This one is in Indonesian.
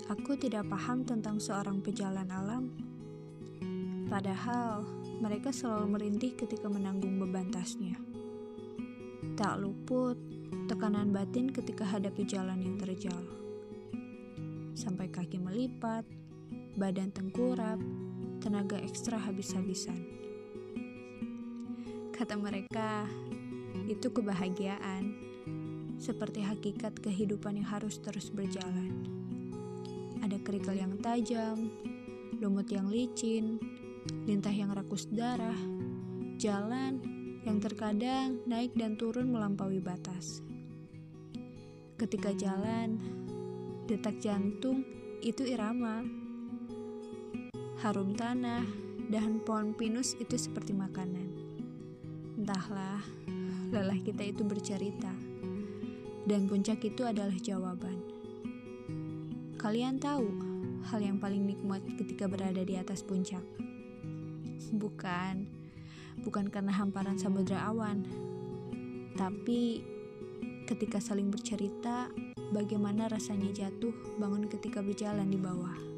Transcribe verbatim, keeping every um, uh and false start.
Aku tidak paham tentang seorang pejalan alam, padahal mereka selalu merintih ketika menanggung beban tasnya. Tak luput tekanan batin ketika hadapi jalan yang terjal. Sampai kaki melipat, badan tengkurap, tenaga ekstra habis-habisan. Kata mereka, itu kebahagiaan, seperti hakikat kehidupan yang harus terus berjalan. Ada kerikil yang tajam, lumut yang licin, lintah yang rakus darah, jalan yang terkadang naik dan turun melampaui batas. Ketika jalan, detak jantung itu irama. Harum tanah, dahan pohon pinus itu seperti makanan. Entahlah, lelah kita itu bercerita, dan puncak itu adalah jawaban. Kalian tahu hal yang paling nikmat ketika berada di atas puncak? Bukan, bukan karena hamparan samudra awan, tapi ketika saling bercerita bagaimana rasanya jatuh bangun ketika berjalan di bawah.